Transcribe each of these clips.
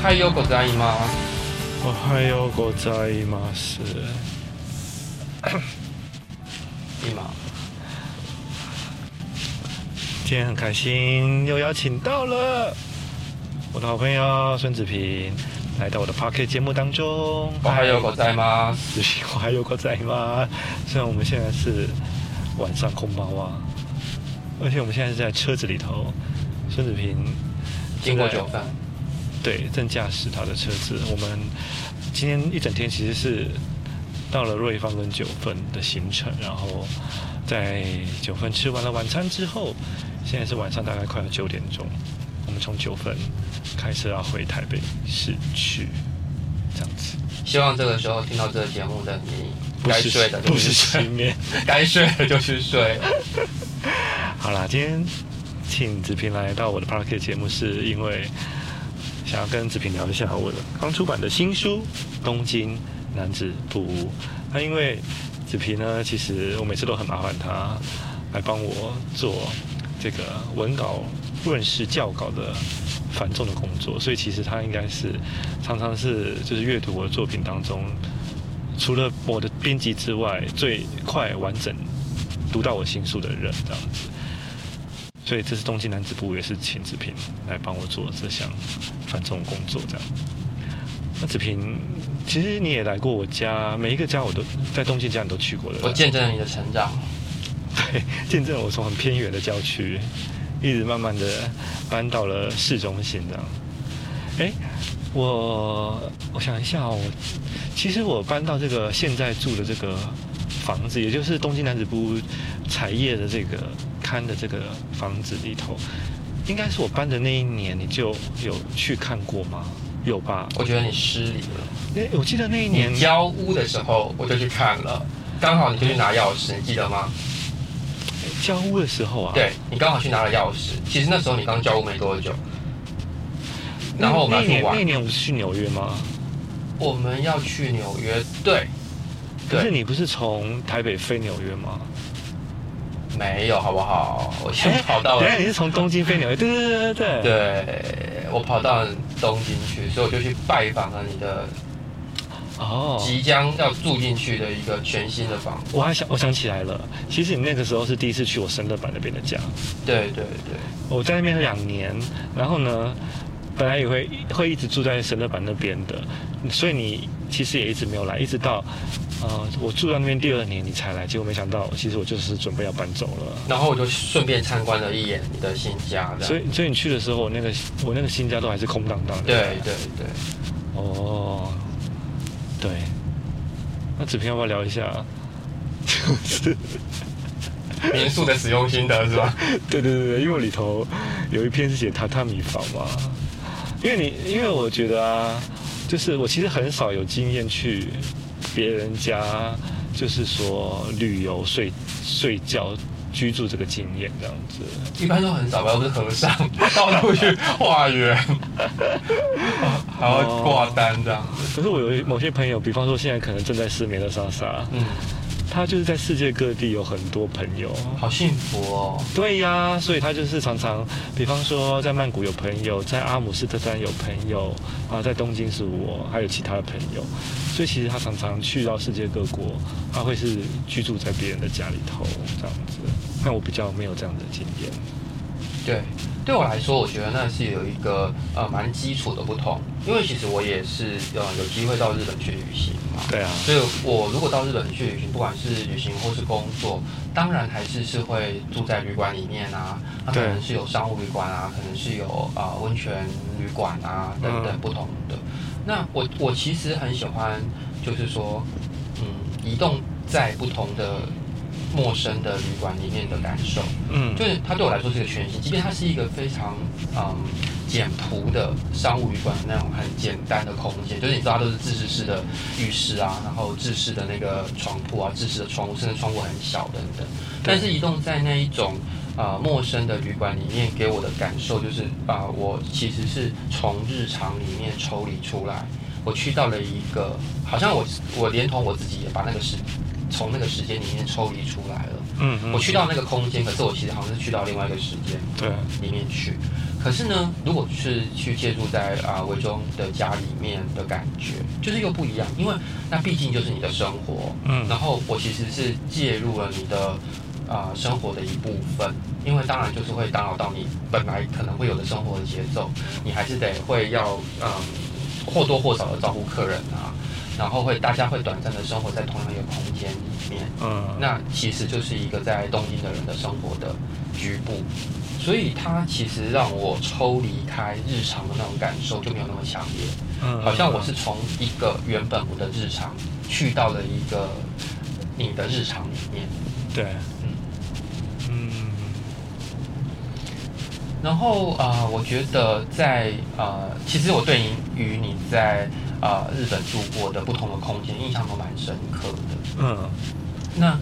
はようございます。 おはようございます。今天很开心，又邀请到了我的好朋友孙子平来到我的 Podcast 节目当中。 おはようございます。 おはようございます。虽然我们现在是晚上空包啊，而且我们现在是在车子里头，孙子平经过九份， 对，正驾驶他的车子。我们今天一整天其实是到了瑞芳跟九份的行程，然后在九份吃完了晚餐之后，现在是晚上大概快要9点钟，我们从九份开车要回台北市去，这样子。 希望这个时候听到这个节目的你，该睡的就去睡，该睡的就去睡。 好啦，今天请子平来到我的 Podcast 节目，是因为想要跟子平聊一下我的刚出版的新书《东京男子布屋》。那因为子平呢，其实我每次都很麻烦他来帮我做这个文稿、润饰、校稿的繁重的工作，所以其实他应该是常常是就是阅读我的作品当中，除了我的编辑之外，最快完整读到我新书的人这样子。所以这次东京男子布屋也是请子平来帮我做这项繁重工作这样。那子平，其实你也来过我家，每一个家我都在东京家你都去过的。 我见证了你的成长。 对，见证我从很偏远的郊区，一直慢慢的搬到了市中心这样。哎，我想一下哦，其实我搬到这个现在住的这个房子，也就是东京男子布屋彩叶的这个刊的这个房子里头，应该是我搬的那一年，你就有去看过吗？有吧？ 我觉得你失礼了。 我记得那一年你交屋的时候，我就去看了，刚好你就去拿钥匙，你记得吗？ 交屋的时候啊？ 对，你刚好去拿了钥匙。其实那时候你刚交屋没多久，然后我们要去玩。 那一年我们是去纽约吗？ 我们要去纽约，对。 可是你不是从台北飞纽约吗？ 没有，好不好？我先跑到了。 等一下你是从东京飞纽约？对。 对，我跑到东京去，所以我就去拜访了你的即将要住进去的一个全新的房子。 我想起来了，其实你那个时候是第一次去我神乐坂那边的家。对。我在那边2年，然后呢，本来也会一直住在神乐坂那边的，所以你其实也一直没有来，一直到我住到那边第2年你才来，结果没想到其实我就是准备要搬走了， 然后我就顺便参观了一眼你的新家。 所以你去的时候，我那个新家都还是空荡荡的。 对。 对。那子平要不要聊一下？就是民宿的使用心得是吧？ 对，因为我里头有一篇是写榻榻米房嘛，因为我觉得啊，就是我其实很少有经验去别人家，就是说旅游、睡觉、居住这个经验这样子， 一般都很少吧，不是和尚到处去化缘，还要挂单这样。 可是我有某些朋友，比方说现在可能正在失眠的莎莎，他就是在世界各地有很多朋友， 好幸福哦。 对呀，所以他就是常常，比方说在曼谷有朋友，在阿姆斯特丹有朋友啊，在东京是我，还有其他的朋友，所以其实他常常去到世界各国，他会是居住在别人的家里头这样子。但我比较没有这样的经验。 对我来说，我觉得那是有一个蛮基础的不同，因为其实我也是有机会到日本去旅行嘛。 对啊。 所以我如果到日本去旅行，不管是旅行或是工作，当然还是会住在旅馆里面啊。它可能是有商务旅馆啊，可能是有温泉旅馆啊等等不同的。那我其实很喜欢，就是说，移动在不同的陌生的旅馆里面的感受，就是它对我来说是个全新，即便它是一个非常简朴的商务旅馆那种很简单的空间，就是你知道它都是自式式的浴室啊，然后自式的那个床铺啊，自式的窗户，甚至窗户很小等等。但是移动在那一种陌生的旅馆里面，给我的感受就是我其实是从日常里面抽离出来，我去到了一个好像我连同我自己也把从那个时间里面抽离出来了。我去到那个空间，可是我其实好像是去到另外一个时间里面去。 可是呢，如果是去借住在维中的家里面的感觉，就是又不一样，因为那毕竟就是你的生活，然后我其实是介入了你的生活的一部分，因为当然就是会打扰到你本来可能会有的生活的节奏，你还是得会要或多或少的照顾客人啊。然后大家会短暂的生活在同样一个空间里面，那其实就是一个在东京的人的生活的局部，所以它其实让我抽离开日常的那种感受就没有那么强烈，好像我是从一个原本我的日常去到了一个你的日常里面， 对， 然后我觉得其实我对于你在日本住过的不同的空间印象都蛮深刻的。那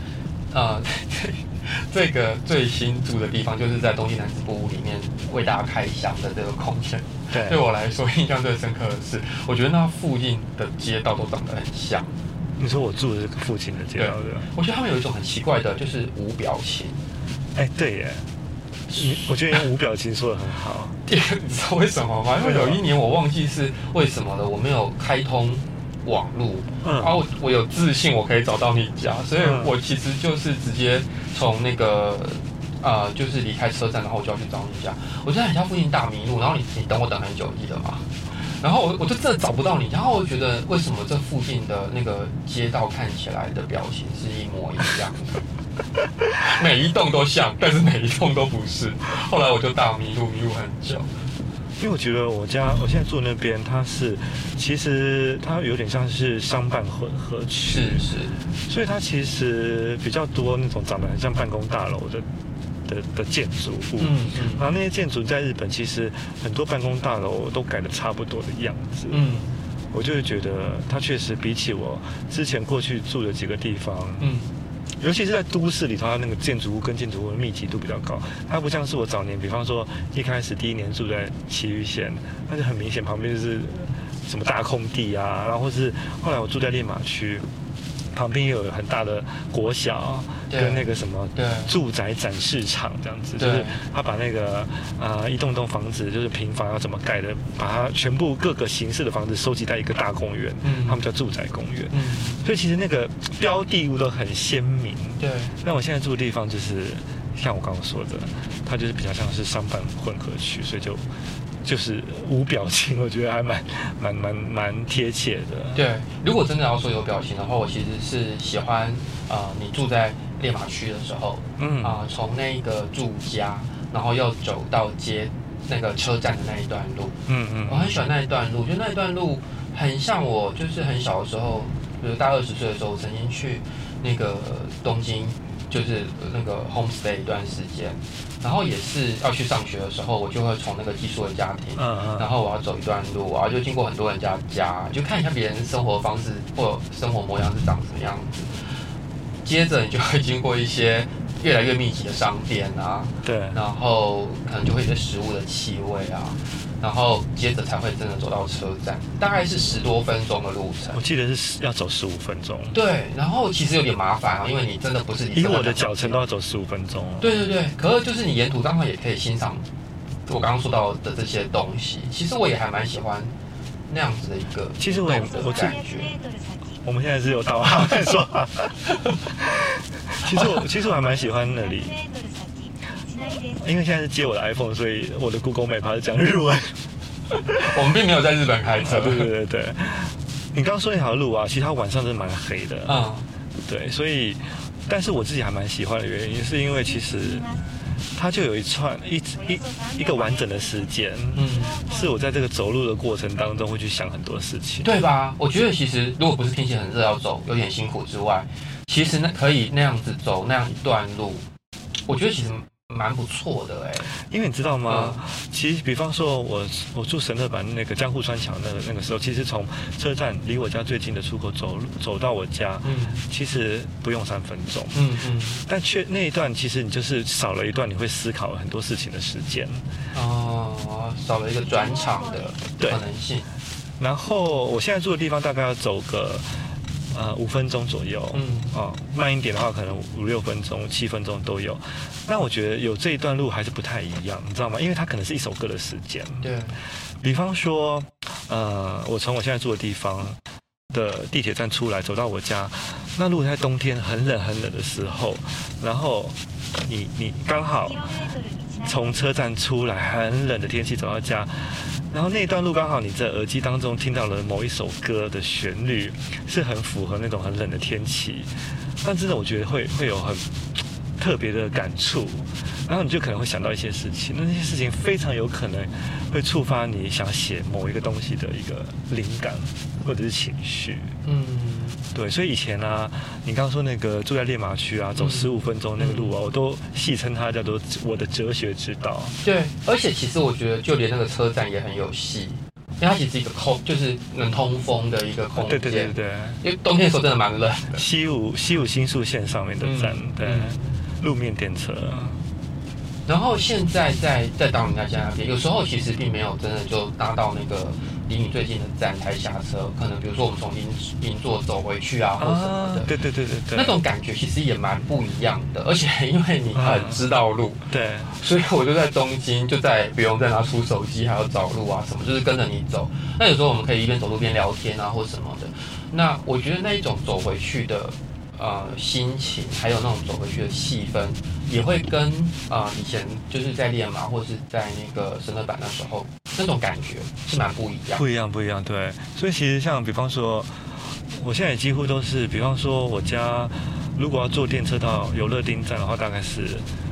这个最新住的地方就是在东京男子部屋里面为大家开箱的这个空间。对我来说印象最深刻的是，我觉得那附近的街道都长得很像。 你说我住的这个附近的街道，对吧？ 我觉得他们有一种很奇怪的，就是无表情。 对耶。我觉得用无表情说得很好。 你知道为什么吗？因为有一年我忘记是为什么了，我没有开通网路，然后我有自信我可以找到你家，所以我其实就是直接从那个就是离开车站，然后我就要去找你家。我就在你家附近大迷路，然后你等我等很久，记得吗？然后我就真的找不到你，然后我觉得为什么这附近的那个街道看起来的表情是一模一样的？每一栋都像，但是每一栋都不是。后来我就大迷路很久。 因为我觉得我现在住那边，其实它有点像是商办混合区， 是， 所以它其实比较多那种长得很像办公大楼的建筑物，然后那些建筑在日本其实很多办公大楼都改得差不多的样子，我就会觉得它确实比起我之前过去住的几个地方，尤其是在都市里头，它那个建筑物跟建筑物的密集度比较高，它不像是我早年，比方说一开始第一年住在埼玉县，那就很明显旁边就是什么大空地啊，然后或是后来我住在练马区。旁边也有很大的国小跟那个什么住宅展示场这样子，就是他把那个一栋栋房子就是平房要怎么盖的，把它全部各个形式的房子收集在一个大公园，他们叫住宅公园。所以其实那个标的物都很鲜明。对。那我现在住的地方就是像我刚刚说的，它就是比较像是商办混合区，所以就是无表情，我觉得还蛮贴切的。 对，如果真的要说有表情的话，我其实是喜欢你住在练马区的时候，从那个住家，然后要走到那个车站的那一段路，我很喜欢那一段路，我觉得那一段路很像我就是很小的时候，比如大20岁的时候，曾经去那个东京。就是那个 homestay 一段时间，然后也是要去上学的时候，我就会从那个寄宿的家庭，然后我要走一段路，然后就经过很多人家，就看一下别人生活方式或生活模样是长什么样子。接着你就会经过一些越来越密集的商店啊，对，然后可能就会有些食物的气味啊。然后接着才会真的走到车站，大概是10多分钟的路程。 我记得是要走15分钟。 对，然后其实有点麻烦啊，因为你真的不是以我的脚程都要走15分钟。 对，可是就是你沿途刚好也可以欣赏我刚刚说到的这些东西。其实我也还蛮喜欢那样子的一个， 其实我感觉。我们现在是有导航在说。其实我还蛮喜欢那里。因为现在是接我的 iPhone， 所以我的 Google Map 它是讲日文。 我们并没有在日本开车。 对。你刚刚说那条路啊，其实它晚上真的蛮黑的。对，所以，但是我自己还蛮喜欢的原因，是因为其实它就有一个完整的时间，是我在这个走路的过程当中会去想很多事情， 对吧？我觉得其实如果不是天气很热要走有点辛苦之外，其实可以那样子走那样一段路，我觉得其实蛮不错的因为你知道吗？其实比方说我住神乐坂那个江户川桥那个时候，其实从车站离我家最近的出口走到我家，其实不用3分钟，但那一段其实你就是少了一段你会思考很多事情的时间， 少了一个转场的可能性。 然后我现在住的地方大概要走个 5分钟左右，慢一点的话可能5、6分钟、7分钟都有。那我觉得有这一段路还是不太一样，你知道吗？因为它可能是一首歌的时间。 对。 比方说，我从我现在住的地方的地铁站出来，走到我家，那如果在冬天很冷的时候，然后你刚好从车站出来，很冷的天气走到家。然后那段路刚好你在耳机当中听到了某一首歌的旋律，是很符合那种很冷的天气，但真的我觉得会有很特别的感触，然后你就可能会想到一些事情，那些事情非常有可能会触发你想写某一个东西的一个灵感或者是情绪。对，所以以前啊，你刚刚说那个住在练马区啊，走15分钟那个路啊，我都戏称它叫做我的哲学之道。 对，而且其实我觉得就连那个车站也很有戏，因为它其实是一个就是能通风的一个空间。对。因为冬天的时候真的蛮冷的。 西武新宿线上面的站，对，路面电车。 然后现在在岛你家那边，有时候其实并没有真的就搭到那个离你最近的站才下车，可能比如说我们从银座走回去啊，或什么的。对。那种感觉其实也蛮不一样的，而且因为你很知道路， 对， 所以我就在东京，就不用再拿出手机还要找路啊什么，就是跟着你走。那有时候我们可以一边走路边聊天啊，或什么的。那我觉得那一种走回去的心情，还有那种走回去的气氛，也会跟以前就是在练马或是在那个神乐版那时候那种感觉是蛮不一样。 不一样，对。所以其实像比方说，我现在也几乎都是，比方说我家如果要坐电车到有乐町站的话，大概是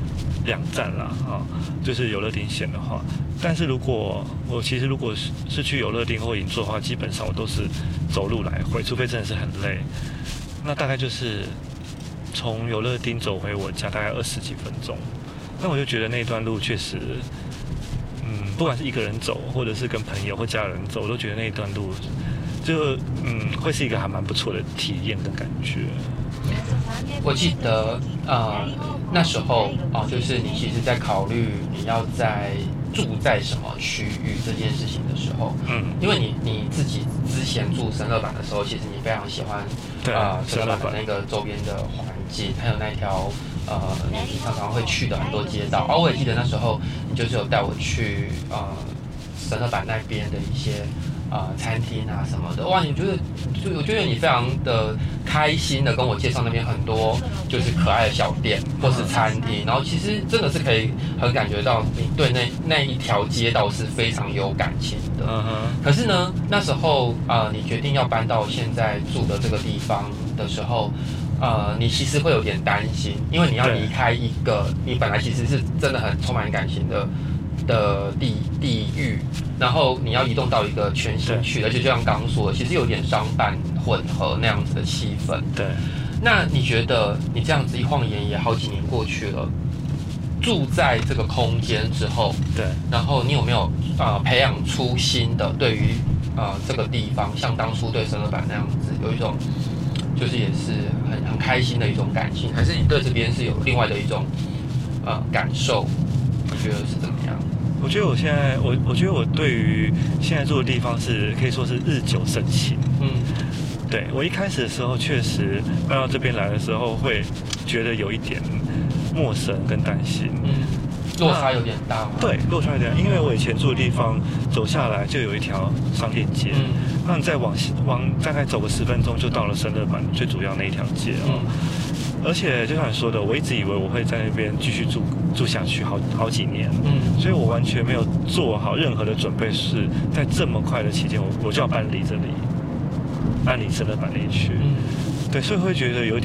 2站啦，就是有乐町线的话。但是如果是去有乐町或银座的话，基本上我都是走路来回，除非真的是很累。那大概就是从有乐町走回我家大概20几分钟，那我就觉得那段路确实，不管是一个人走，或者是跟朋友或家人走，我都觉得那一段路就会是一个还蛮不错的体验的感觉。 我记得那时候就是你其实在考虑你要住在什么区域这件事情的时候，因为你自己之前住神乐版的时候，其实你非常喜欢神乐版那个周边的环境，还有那条你常常会去的很多街道。我也记得那时候你就是有带我去神乐版那边的一些餐厅啊什么的。哇，我觉得你非常的开心的跟我介绍那边很多就是可爱的小店或是餐厅，然后其实真的是可以很感觉到你对那一条街道是非常有感情的。可是呢，那时候你决定要搬到现在住的这个地方的时候，你其实会有点担心，因为你要离开一个你本来其实是真的很充满感情的地域，然后你要移动到一个全新区，而且就像刚刚说的，其实有点商办混合那样子的气氛。 对。 那你觉得你这样子一晃眼也好几年过去了，住在这个空间之后， 对， 然后你有没有培养出新的对于这个地方，像当初对神乐版那样子，有一种就是也是很开心的一种感情，还是你对这边是有另外的一种感受？你觉得是怎么样？ 我觉得我觉得我对于现在住的地方是可以说是日久生情。对，我一开始的时候确实搬到这边来的时候会觉得有一点陌生跟担心。 落差有点大吗？ 对，落差有点大，因为我以前住的地方走下来就有一条商店街，那你再往大概走个10分钟就到了神乐版最主要那一条街而且就像你说的，我一直以为我会在那边继续住下去好几年，所以我完全没有做好任何的准备，是在这么快的期间，我就要搬离这里，搬离神乐版那一区，对，所以会觉得有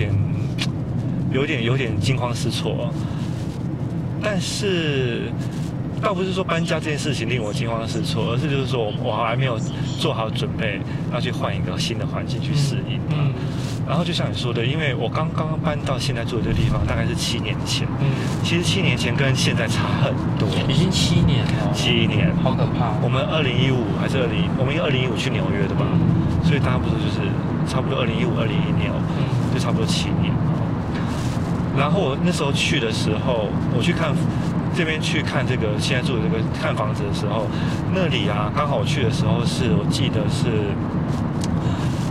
点惊慌失措，但是倒不是说搬家这件事情令我惊慌失措，而是就是说我还没有做好准备要去换一个新的环境去适应。然后就像你说的，因为我刚刚搬到现在住的这个地方，大概是7年前。其实7年前跟现在差很多。 已经7年了。 7年， 好可怕。 我们2015还是我们2015去纽约的吧？所以大家不是就是差不多2015、2016年就差不多7年。然后我那时候去的时候，我去看这边去看这个现在住的这个看房子的时候，那里啊，刚好我去的时候我记得是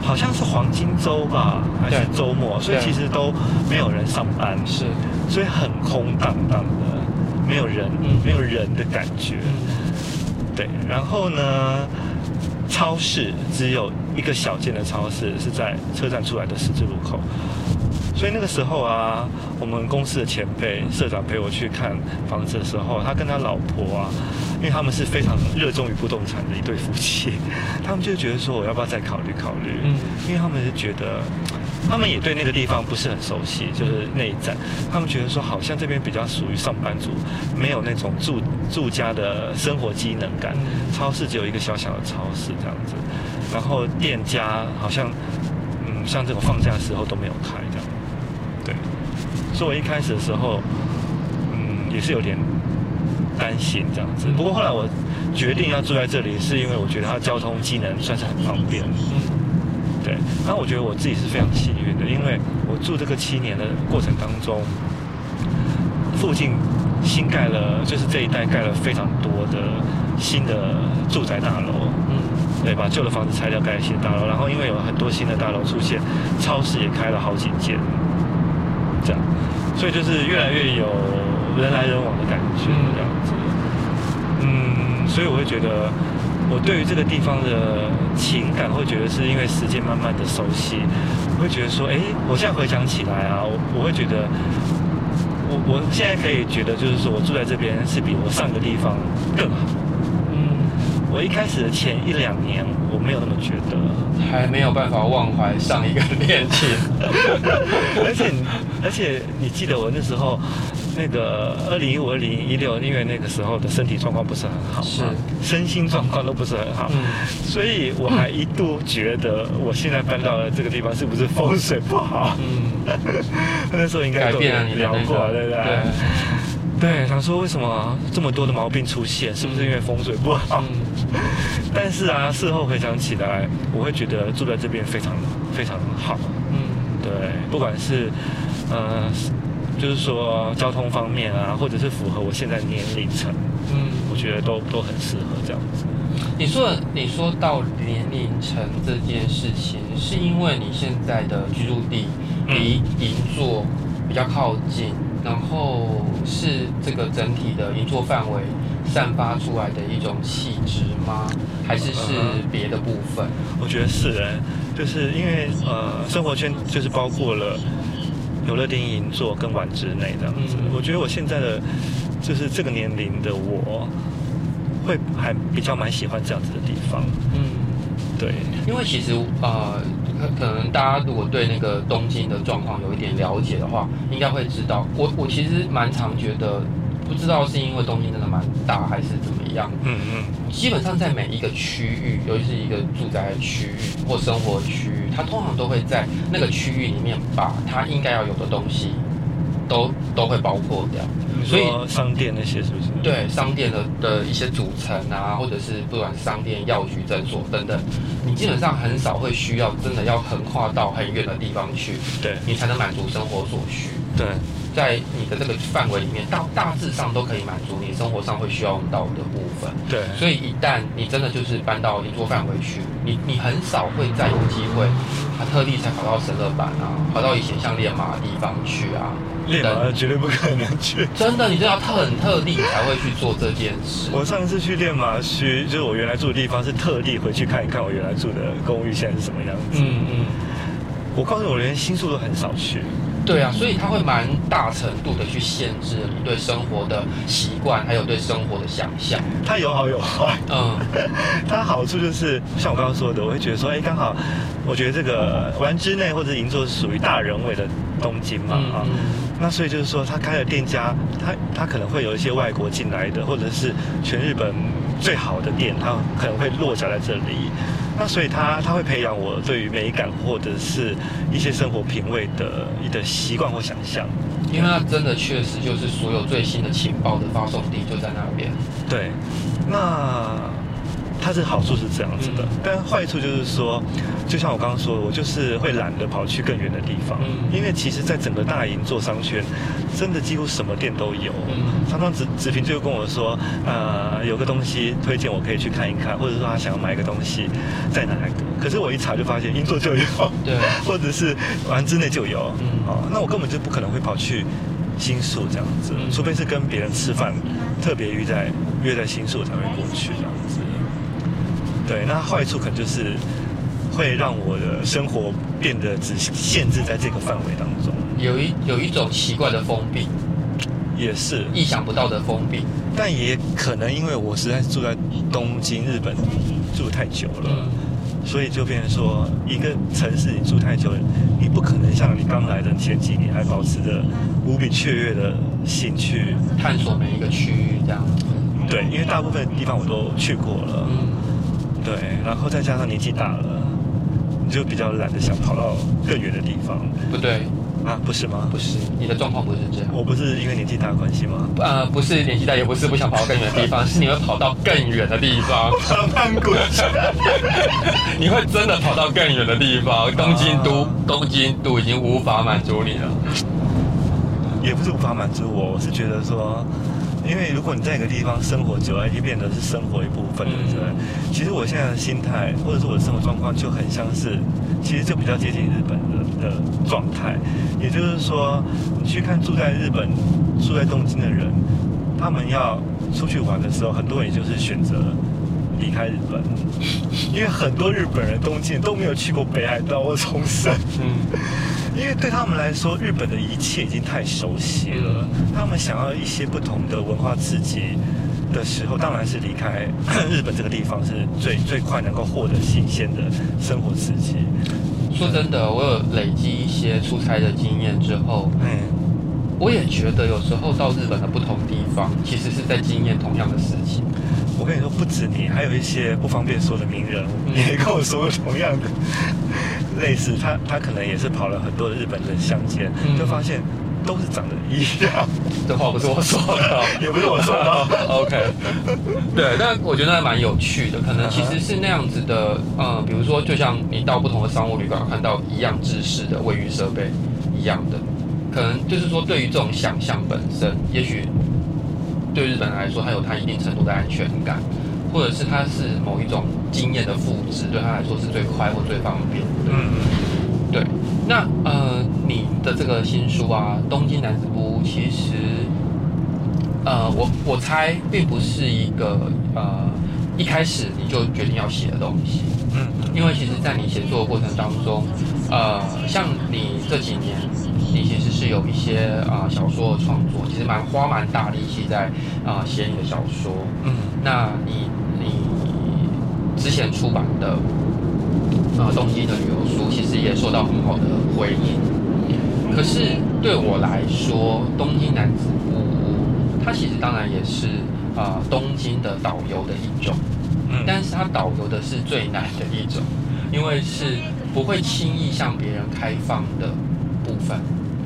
好像是黄金周吧，还是周末，所以其实都没有人上班， 是， 所以很空荡荡的，没有人，没有人的感觉。对，然后呢，超市只有一个小间的超市是在车站出来的十字路口。所以那个时候啊，我们公司的前辈社长陪我去看房子的时候，他跟他老婆啊，因为他们是非常热衷于不动产的一对夫妻，他们就觉得说我要不要再考虑考虑，因为他们是觉得，他们也对那个地方不是很熟悉，就是内站，他们觉得说好像这边比较属于上班族，没有那种住家的生活机能感，超市只有一个小小的超市这样子，然后店家好像像这种放假的时候都没有开这样。对，所以我一开始的时候，也是有点担心这样子。不过后来我决定要住在这里，是因为我觉得它交通机能算是很方便。对，那我觉得我自己是非常幸运的，因为我住这个7年的过程当中，附近新盖了，就是这一带盖了非常多的新的住宅大楼。对，把旧的房子拆掉，盖新的大楼。然后因为有很多新的大楼出现，超市也开了好几间。这样，所以就是越来越有人来人往的感觉，这样子。所以我会觉得，我对于这个地方的情感，会觉得是因为时间慢慢的熟悉，我会觉得说，我现在回想起来啊，我会觉得，我现在可以觉得，就是说我住在这边是比我上个地方更好。我一开始的前1-2年，我没有那么觉得， 还没有办法忘怀上一个恋情。 而且你记得我那时候，那个2015、2016，因为那个时候的身体状况不是很好，是身心状况都不是很好，所以我还一度觉得我现在搬到了这个地方是不是风水不好？那时候应该都聊过，对不对？对，想说为什么这么多的毛病出现，是不是因为风水不好？但是啊，事后回想起来，我会觉得住在这边非常非常好。对，不管是就是说交通方面啊，或者是符合我现在年龄层，我觉得都很适合这样子。 你说到年龄层这件事情，是因为你现在的居住地离银座比较靠近，然后是这个整体的银座范围散发出来的一种气质吗？还是别的部分？ 我觉得是就是因为生活圈就是包括了有乐町银座跟丸之内这样子。我觉得我现在的就是这个年龄的我，会还比较蛮喜欢这样子的地方。对， 因为其实可能大家如果对那个东京的状况有一点了解的话，应该会知道，我其实蛮常觉得，不知道是因为东京真的蛮大还是怎么样。基本上在每一个区域，尤其是一个住宅区域或生活区域，它通常都会在那个区域里面把它应该要有的东西都会包括掉。 所以商店那些是不是？ 对，商店的一些组成啊，或者是不管是商店、药局、诊所等等，你基本上很少会需要真的要横跨到很远的地方去， 对， 你才能满足生活所需。 对， 在你的这个范围里面，大致上都可以满足你生活上会需要用到的部分。 对， 所以一旦你真的就是搬到银座范围去，你很少会再有机会，特地才跑到神乐坂啊，跑到以前像练马的地方去啊。 练马绝对不可能去， 真的，你真的要很特地才会去做这件事。 我上次去练马区，就是我原来住的地方，是特地回去看一看我原来住的公寓现在是什么样子。我告诉你，我连新宿都很少去。 对啊，所以它会蛮大程度的去限制你对生活的习惯，还有对生活的想象。 它有好有坏。它好处就是像我刚刚说的，我会觉得说，刚好，我觉得这个丸之内或者银座是属于大人味的东京嘛，那所以就是说，他开的店家，他可能会有一些外国进来的，或者是全日本最好的店，他可能会落脚在这里。那所以他会培养我对于美感或者是一些生活品味的一个习惯或想象。 因为它真的确实就是所有最新的情报的发送地就在那边。 对，那它是好处是这样子的，但坏处就是说，就像我刚刚说的，我就是会懒得跑去更远的地方，因为其实在整个大营做商圈，真的几乎什么店都有。常常子平就跟我说，有个东西推荐我可以去看一看，或者说他想要买一个东西在哪一个，可是我一查就发现银座就有， 对， 或者是丸之内就有，那我根本就不可能会跑去新宿这样子，除非是跟别人吃饭，特别约在新宿才会过去这样子。对，那坏处可能就是会让我的生活变得只限制在这个范围当中。 有一种奇怪的封闭， 也是意想不到的封闭。 但也可能因为我实在是住在东京、日本住太久了。所以就变成说，一个城市你住太久了，你不可能像你刚来的前几年还保持着无比雀跃的心去探索每一个区域这样。 对，因为大部分地方我都去过了。对，然后再加上年纪大了，你就比较懒得想跑到更远的地方。 不对。 不是吗？ 不是，你的状况不是这样。 我不是因为年纪大的关系吗？ 不是年纪大，也不是不想跑到更远的地方，是你会跑到更远的地方。 曼谷， 你会真的跑到更远的地方。东京都已经无法满足你了。 也不是无法满足我是觉得说，因为如果你在一个地方生活久了，已经变得是生活一部分了，对不对？其实我现在的心态，或者是我的生活状况，就很像是，其实就比较接近日本的状态。也就是说，你去看住在日本、住在东京的人，他们要出去玩的时候，很多人也就是选择离开日本，因为很多日本人东京都没有去过北海道或冲绳。因为对他们来说，日本的一切已经太熟悉了。他们想要一些不同的文化刺激的时候，当然是离开日本这个地方是最快能够获得新鲜的生活刺激。 说真的，我有累积一些出差的经验之后，我也觉得有时候到日本的不同地方，其实是在经验同样的事情。 我跟你说，不止你，还有一些不方便说的名人，也跟我说过同样的。类似他可能也是跑了很多的日本的乡间，就发现都是长得一样。 这话不是我说的， 也不是我说的。 OK， 对，但我觉得那蛮有趣的，可能其实是那样子的。比如说，就像你到不同的商务旅馆看到一样制式的卫浴设备一样的，可能就是说对于这种想象本身，也许对日本人来说，它有它一定程度的安全感。或者是它是某一种经验的复制，对他来说是最快或最方便的。对。那你的这个新书啊，《东京男子部屋》，其实我猜并不是一个一开始你就决定要写的东西。因为其实在你写作的过程当中，像你这几年，你其实是有一些小说的创作，其实花蛮大力气在写你的小说。那你之前出版的东京的旅游书，其实也受到很好的回应。可是对我来说，东京男子部屋，它其实当然也是东京的导游的一种，但是它导游的是最难的一种，因为是不会轻易向别人开放的部分。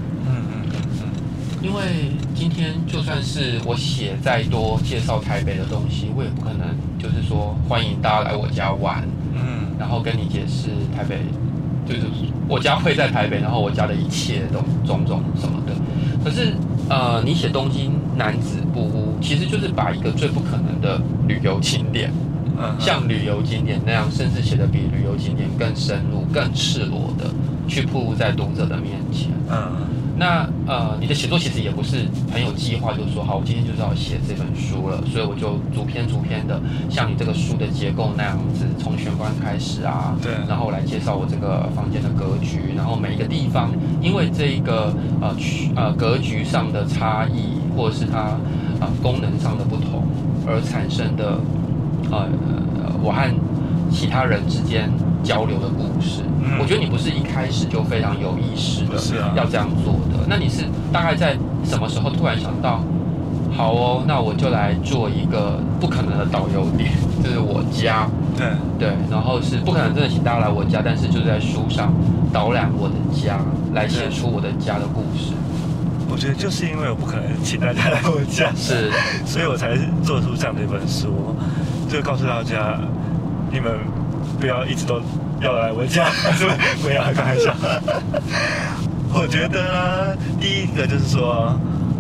因为今天就算是我写再多介绍台北的东西，我也不可能就是说欢迎大家来我家玩，然后跟你解释台北，就是我家会在台北，然后我家的一切种种什么的。可是你写东京男子部屋，其实就是把一个最不可能的旅游景点，像旅游景点那样，甚至写的比旅游景点更深入、更赤裸的去暴露在读者的面前。那你的写作其实也不是很有计划，就是说好，我今天就是要写这本书了，所以我就逐篇的像你这个书的结构那样子，从玄关开始啊， 对， 然后来介绍我这个房间的格局，然后每一个地方因为这一个格局上的差异，或者是它功能上的不同而产生的我和其他人之间交流的故事。我觉得你不是一开始就非常有意识的要这样做的。那你是大概在什么时候突然想到，好哦，那我就来做一个不可能的导游点，就是我家。对，然后是不可能真的请大家来我家，但是就在书上导览我的家，来写出我的家的故事。 我觉得就是因为我不可能请大家来我家， 是， 所以我才做出这样的一本书，就告诉大家， 你们不要一直都要来我家，是不是？没有，开玩笑。我觉得呢，第一个就是说，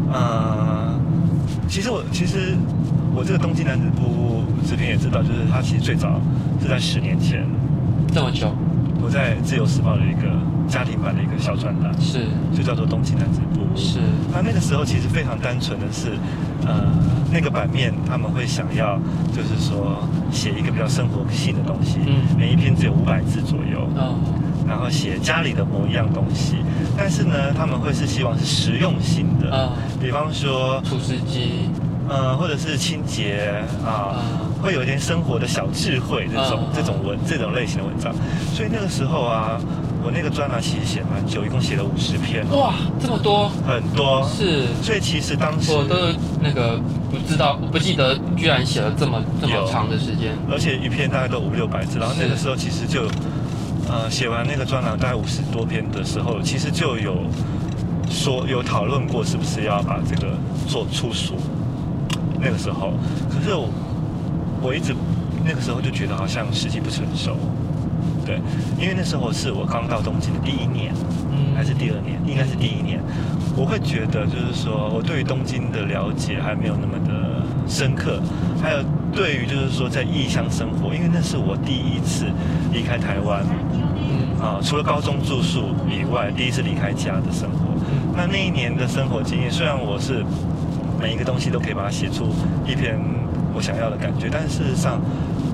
其实我这个东京男子部子平也知道，就是他其实最早是在10年前， 这么久， 我在《自由时报》的一个家庭版的一个小专栏， 是就叫做东京男子部。 是， 那个时候其实非常单纯的是，那个版面他们会想要就是说写一个比较生活性的东西，每一篇只有500字左右，然后写家里的某一样东西，但是呢，他们会是希望是实用性的，比方说除湿机， 或者是清洁会有一点生活的小智慧这种类型的文章，所以那个时候啊，我那个专栏其实写蛮久，一共写了50篇。 哇，这么多， 很多是。 所以其实当时我都那个不记得，居然写了这么长的时间， 而且一篇大概都500-600字，然后那个时候其实就写完那个专栏大概50多篇的时候，其实就有讨论过是不是要把这个做出书。那个时候，可是我一直那个时候就觉得好像时机不成熟，对，因为那时候是我刚到东京的第1年，还是第2年，应该是第1年，我会觉得就是说我对于东京的了解还没有那么的深刻，还有对于就是说在异乡生活，因为那是我第一次离开台湾，除了高中住宿以外，第一次离开家的生活。那一年的生活经验，虽然我是每一个东西都可以把它写出一篇我想要的感觉，但事实上，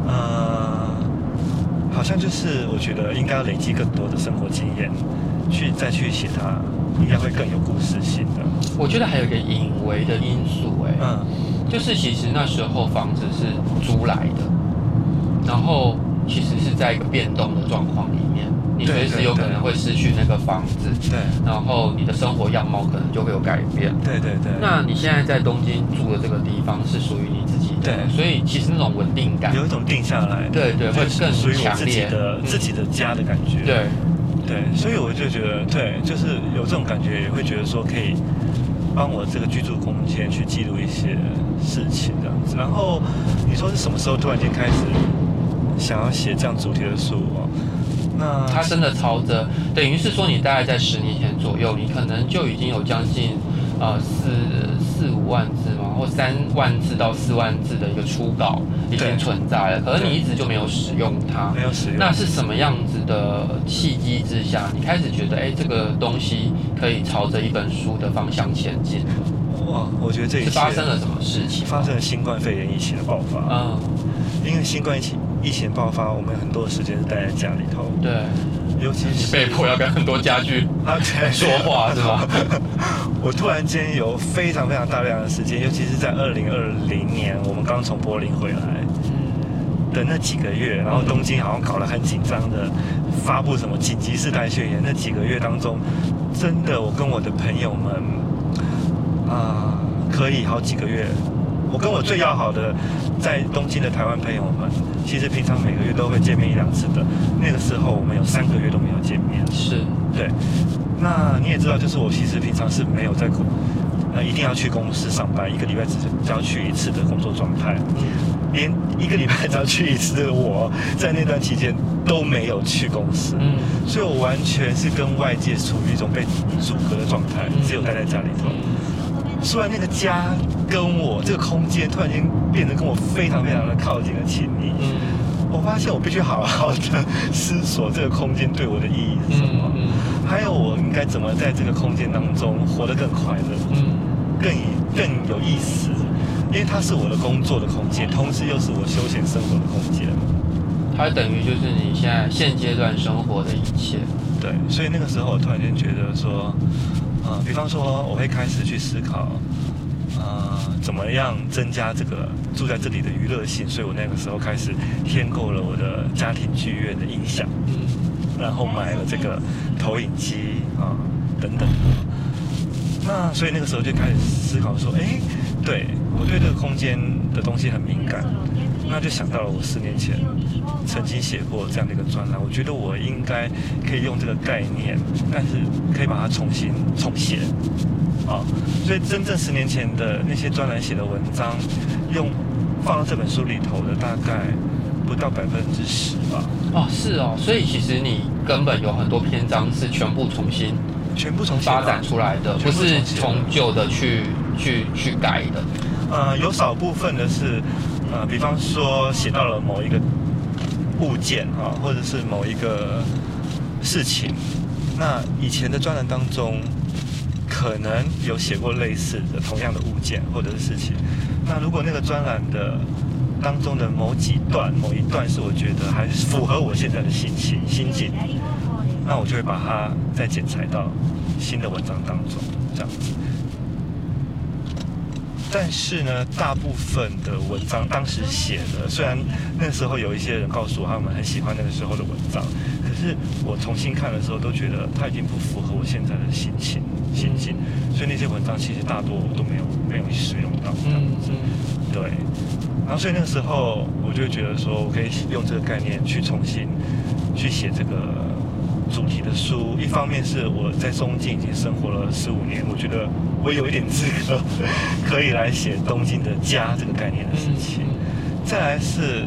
好像就是我觉得应该要累积更多的生活经验，再去写它，应该会更有故事性的。 我觉得还有一个隐微的因素，就是其实那时候房子是租来的，然后其实是在一个变动的状况里面。你随时有可能会失去那个房子， 对， 然后你的生活样貌可能就会有改变， 对。 那你现在在东京住的这个地方是属于你自己的， 对， 所以其实那种稳定感， 有一种定下来， 对，会更属于我强烈， 自己的家的感觉，对，所以我就觉得，对，就是有这种感觉，也会觉得说可以帮我这个居住空间去记录一些事情这样子。然后你说是什么时候突然间开始想要写这样主题的书那它真的朝着，等于是说你大概在10年前左右，你可能就已经有将近4-5万字嘛，或3万字到4万字的一个初稿已经存在了，可是你一直就没有使用它。 没有使用。 那是什么样子的契机之下，你开始觉得这个东西可以朝着一本书的方向前进？ 我觉得这一切是发生了什么事情？ 发生了新冠肺炎疫情的爆发。因为新冠疫情爆发，我们很多的时间是待在家里头。 对， 尤其是被迫要跟很多家具说话，是吧？ 我突然间有非常非常大量的时间，尤其是在2020年，我们刚从柏林回来的那几个月，然后东京好像搞得很紧张的，发布什么紧急事态宣言。那几个月当中，真的我跟我的朋友们可以好几个月。我跟我最要好的在东京的台湾朋友们，其实平常每个月都会见面1-2次的。那个时候我们有3个月都没有见面。 是， 对。那你也知道，就是我其实平常是没有在一定要去公司上班，1个礼拜只要去1次的工作状态。连1个礼拜只要去1次的我，在那段期间都没有去公司。所以我完全是跟外界处于一种被阻隔的状态，只有待在家里头。虽然那个家跟我这个空间突然间变得跟我非常非常的靠近的亲密，我发现我必须好好的思索这个空间对我的意义是什么，还有我应该怎么在这个空间当中活得更快乐，更有意思，因为它是我的工作的空间，同时又是我休闲生活的空间， 它等于就是你现阶段生活的一切。 对，所以那个时候我突然间觉得说，比方说我会开始去思考，怎么样增加这个住在这里的娱乐性，所以我那个时候开始添购了我的家庭剧院的音响，然后买了这个投影机等等。那所以那个时候就开始思考说，对我对这个空间的东西很敏感，那就想到了我10年前曾经写过这样的一个专栏，我觉得我应该可以用这个概念，但是可以把它重新重写所以真正10年前的那些专栏写的文章，放到这本书里头的大概不到10%吧。 哦，是哦，所以其实你根本有很多篇章是全部重新发展出来的，不是从旧的去改的。 有少部分的是，比方说写到了某一个物件啊，或者是某一个事情，那以前的专栏当中可能有写过类似的同样的物件或者是事情，那如果那个专栏的当中的某一段是我觉得还符合我现在的心境，那我就会把它再剪裁到新的文章当中，这样子。但是呢，大部分的文章当时写的，虽然那时候有一些人告诉我他们很喜欢那个时候的文章，可是我重新看的时候都觉得它已经不符合我现在的心境，所以那些文章其实大多我都没有使用到这样子。对，然后所以那个时候我就觉得说我可以用这个概念去重新去写这个主题的书。一方面是我在东京已经生活了15年，我觉得我有一点资格可以来写东京的家这个概念的事情。再来是，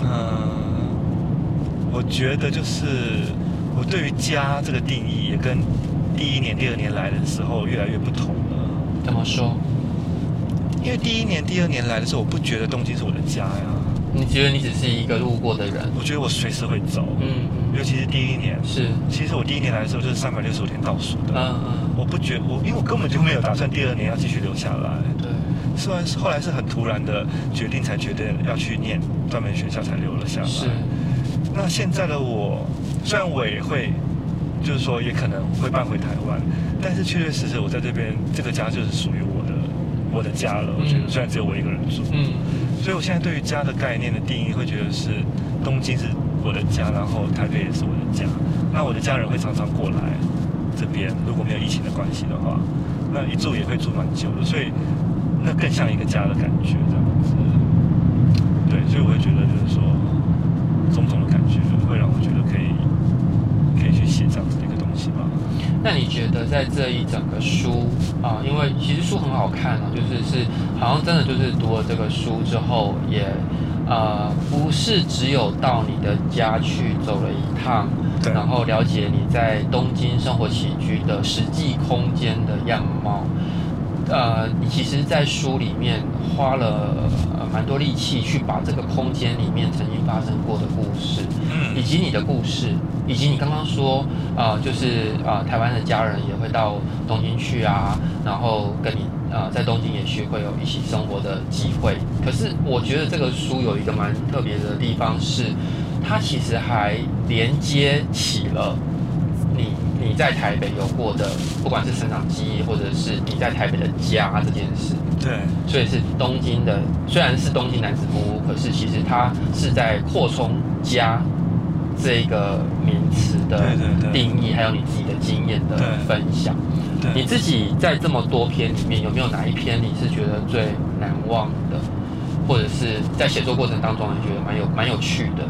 我觉得就是我对于家这个定义也跟第1年、第2年来的时候越来越不同了。 怎么说？ 因为第1年、第2年来的时候，我不觉得东京是我的家呀。 你觉得你只是一个路过的人？ 我觉得我随时会走。尤其是第1年。 是。 其实我第1年来的时候就是365天倒数的。我不觉因为我根本就没有打算第2年要继续留下来。 对。 虽然后来是很突然的决定才决定要去念专门学校才留了下来。 是。 那现在的我，虽然我也会，就是说也可能会搬回台湾，但是确确实实我在这边这个家就是属于我的家了。我觉得虽然只有我一个人住。所以我现在对于家的概念的定义会觉得是东京是我的家，然后台北也是我的家。那我的家人会常常过来这边，如果没有疫情的关系的话，那一住也会住蛮久的，所以那更像一个家的感觉这样子。对，所以我会觉得就是说种种的感觉会让我觉得可以去写这样子的一个东西吧。 那你觉得在这一整个书因为其实书很好看就是好像真的就是读了这个书之后，也不是只有到你的家去走了一趟，然后了解你在东京生活起居的实际空间的样貌。你其实在书里面花了蛮多力气去把这个空间里面曾经发生过的故事，以及你的故事，以及你刚刚说就是台湾的家人也会到东京去啊，然后跟你在东京也许会有一起生活的机会。可是我觉得这个书有一个蛮特别的地方是，它其实还连接起了你在台北有过的，不管是成长记忆，或者是你在台北的家这件事。 对， 所以是东京的，虽然是东京男子部屋，可是其实它是在扩充家这个名词的定义，还有你自己的经验的分享。你自己在这么多篇里面，有没有哪一篇你是觉得最难忘的，或者是在写作过程当中你觉得蛮有趣的？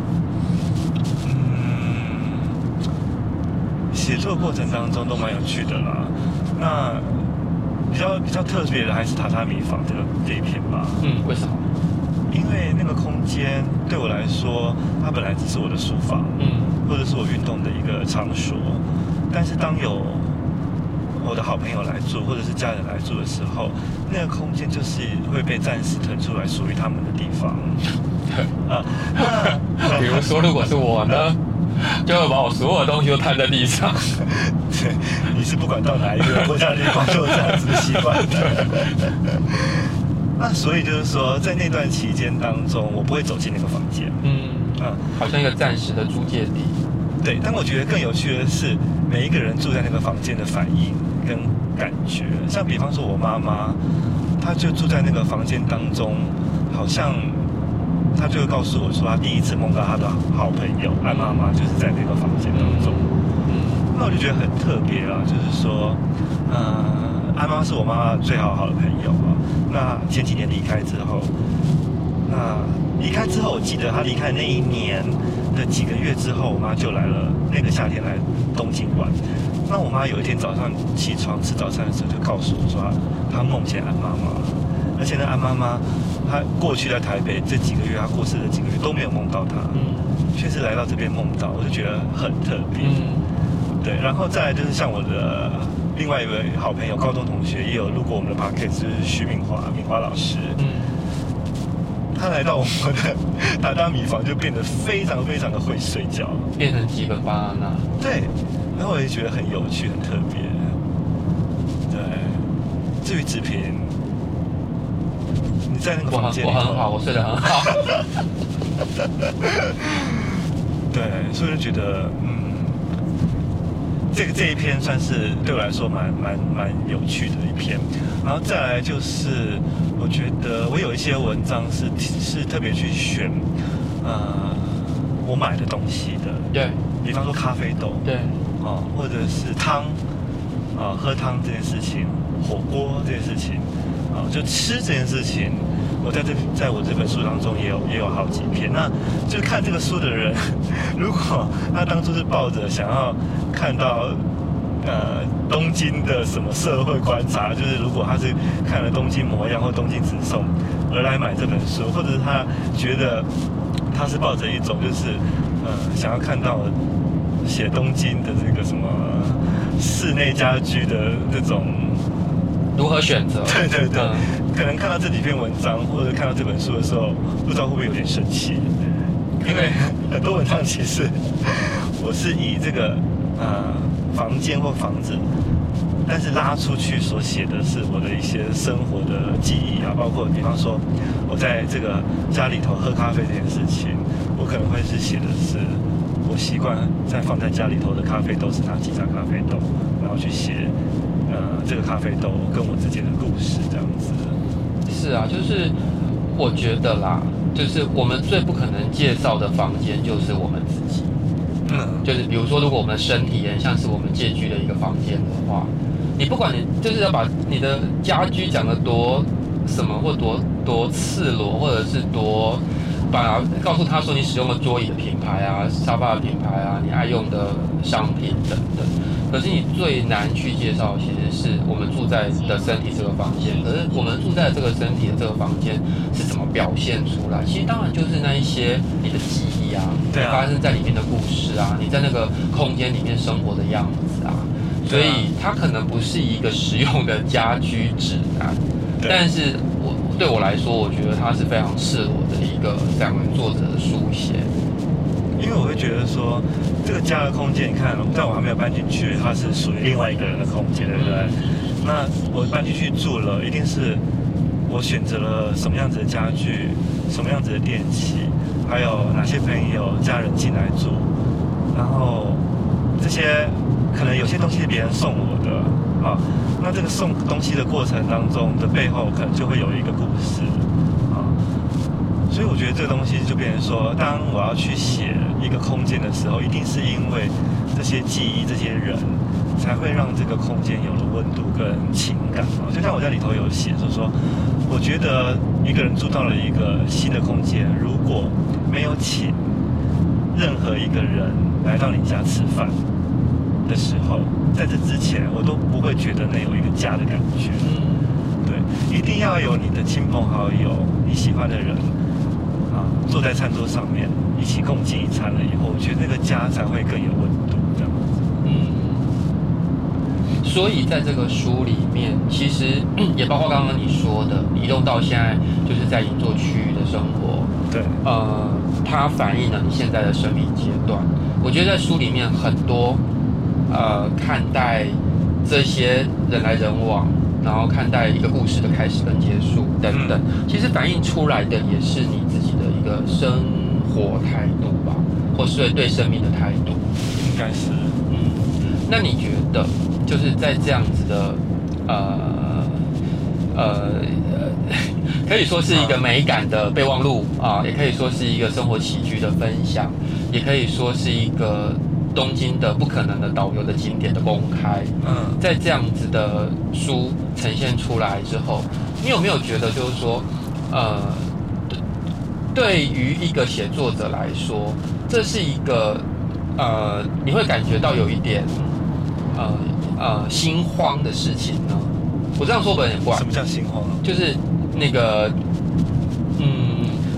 写作过程当中都蛮有趣的啦。那比较特别的还是榻榻米房这一篇吧。 为什么？ 因为那个空间对我来说，它本来只是我的书房，或者是我运动的一个场所。但是当有我的好朋友来住，或者是家人来住的时候，那个空间就是会被暂时腾出来属于他们的地方。 比如说，如果是我呢？就会把我所有的东西都摊在地上。 对，你是不管到哪一个国家的地方都有这样子的习惯的。那所以就是说，在那段期间当中，我不会走进那个房间。 好像一个暂时的租借地。 对，但我觉得更有趣的是，每一个人住在那个房间的反应跟感觉。像比方说我妈妈，她就住在那个房间当中，好像。他就会告诉我说，他第一次梦到他的好朋友安妈妈，就是在那个房间当中。那我就觉得很特别啊，就是说，安妈是我妈妈最好的朋友啊。那前几年离开之后，我记得她离开那一年的几个月之后，我妈就来了，那个夏天来东京玩。那我妈有一天早上起床吃早餐的时候，就告诉我说，她梦见安妈妈了，而且那安妈妈。 他过去在台北这几个月，他过世的几个月都没有梦到他，却是来到这边梦到，我就觉得很特别。对，然后再来就是像我的另外一位好朋友，高中同学也有录过我们的 podcast， 就是徐敏华老师。他来到我们的达达米房，就变得非常非常的会睡觉， 变成基本巴拿。 对，然后我也觉得很有趣，很特别。对，至于志平，你在那个房间里头， 我很好，我睡得很好。 对，所以就觉得，这一篇算是对我来说蛮有趣的一篇。然后再来就是，我觉得我有一些文章是特别去选，我买的东西的。 对， 比方说咖啡豆。 对。 或者是汤，喝汤这件事情，火锅这件事情，就吃这件事情。在我这本书当中也有好几篇。那就看这个书的人，如果他当初是抱着想要看到东京的什么社会观察，就是如果他是看了《东京模样》或《东京直送》而来买这本书，或者是他觉得他是抱着一种就是想要看到写东京的这个什么室内家居的这种如何选择？ 对，可能看到这几篇文章或者看到这本书的时候，不知道会不会有点生气，因为很多文章其实我是以这个房间或房子，但是拉出去所写的是我的一些生活的记忆啊，包括比方说我在这个家里头喝咖啡这件事情，我可能会是写的是我习惯放在家里头的咖啡豆是哪几家咖啡豆，然后去写这个咖啡豆跟我之间的故事这样子。 是啊，就是我觉得啦，就是我们最不可能介绍的房间就是我们自己。就是比如说，如果我们的身体也像是我们借居的一个房间的话，你不管你就是要把你的家居讲得多什么，或多赤裸，或者是告诉他说你使用的桌椅的品牌啊、沙发的品牌啊、你爱用的商品等等。可是你最难去介绍，其实是我们住在的身体这个房间。可是我们住在这个身体的这个房间是怎么表现出来？其实当然就是那一些你的记忆啊，你发生在里面的故事啊，你在那个空间里面生活的样子啊。所以它可能不是一个实用的家居指南，但是对我来说，我觉得它是非常赤裸的一个散文作者的书写。 因为我会觉得说，这个家的空间，你看，在我还没有搬进去，它是属于另外一个人的空间，对不对？那我搬进去住了，一定是我选择了什么样子的家具，什么样子的电器，还有哪些朋友、家人进来住，然后这些可能有些东西是别人送我的啊，那这个送东西的过程当中的背后，可能就会有一个故事啊。所以我觉得这个东西就变成说，当我要去写一个空间的时候，一定是因为这些记忆、这些人，才会让这个空间有了温度跟情感啊。就像我在里头有写，就是说，我觉得一个人住到了一个新的空间，如果没有请任何一个人来到你家吃饭的时候，在这之前，我都不会觉得那有一个家的感觉。对，一定要有你的亲朋好友、你喜欢的人。坐在餐桌上面一起共进一餐了以后，我觉得那个家才会更有温度，这样子。 所以在这个书里面，其实也包括刚刚你说的，移动到现在就是在银座区域的生活。 对。 它反映了你现在的生命阶段。我觉得在书里面很多看待这些人来人往。然后看待一个故事的开始跟结束等等，其实反映出来的也是你自己的一个生活态度吧，或是对生命的态度， 应该是。 那你觉得就是在这样子的可以说是一个美感的备忘录啊，也可以说是一个生活起居的分享，也可以说是一个东京的不可能的导游的景点的公开。在这样子的书呈现出来之后，你有没有觉得就是说，对于一个写作者来说，这是一个你会感觉到有一点心慌的事情呢？我这样说有点怪。 什么叫心慌？ 就是那个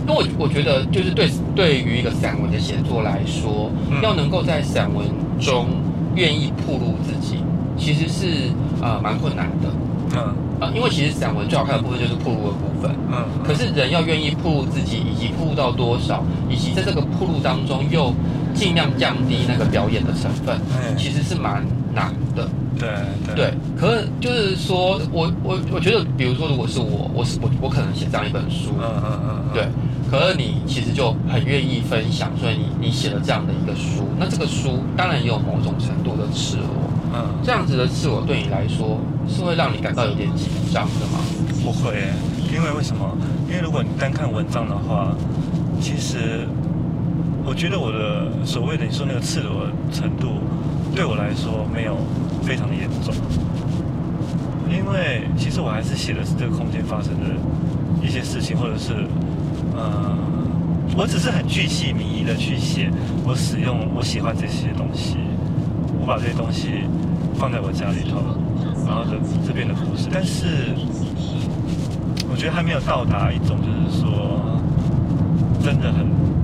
因为我觉得就是对于一个散文的写作来说，要能够在散文中愿意暴露自己，其实是蛮困难的。因为其实散文最好看的部分就是暴露的部分。可是人要愿意暴露自己，以及暴露到多少，以及在这个暴露当中又尽量降低那个表演的成分，其实是蛮难的。对，可是就是说我觉得，比如说，如果是我可能写这样一本书，对，可是你其实就很愿意分享，所以你写了这样的一个书，那这个书当然也有某种程度的赤裸，这样子的赤裸对你来说是会让你感到有点紧张的吗？ 不会耶，因为为什么？因为如果你单看文章的话，其实我觉得我的所谓的你说那个赤裸程度，对我来说没有非常的严重，因为其实我还是写的是这个空间发生的一些事情，或者是我只是很巨细靡遗的去写我使用我喜欢这些东西，我把这些东西放在我家里头，然后这边的故事，但是我觉得还没有到达一种就是说真的很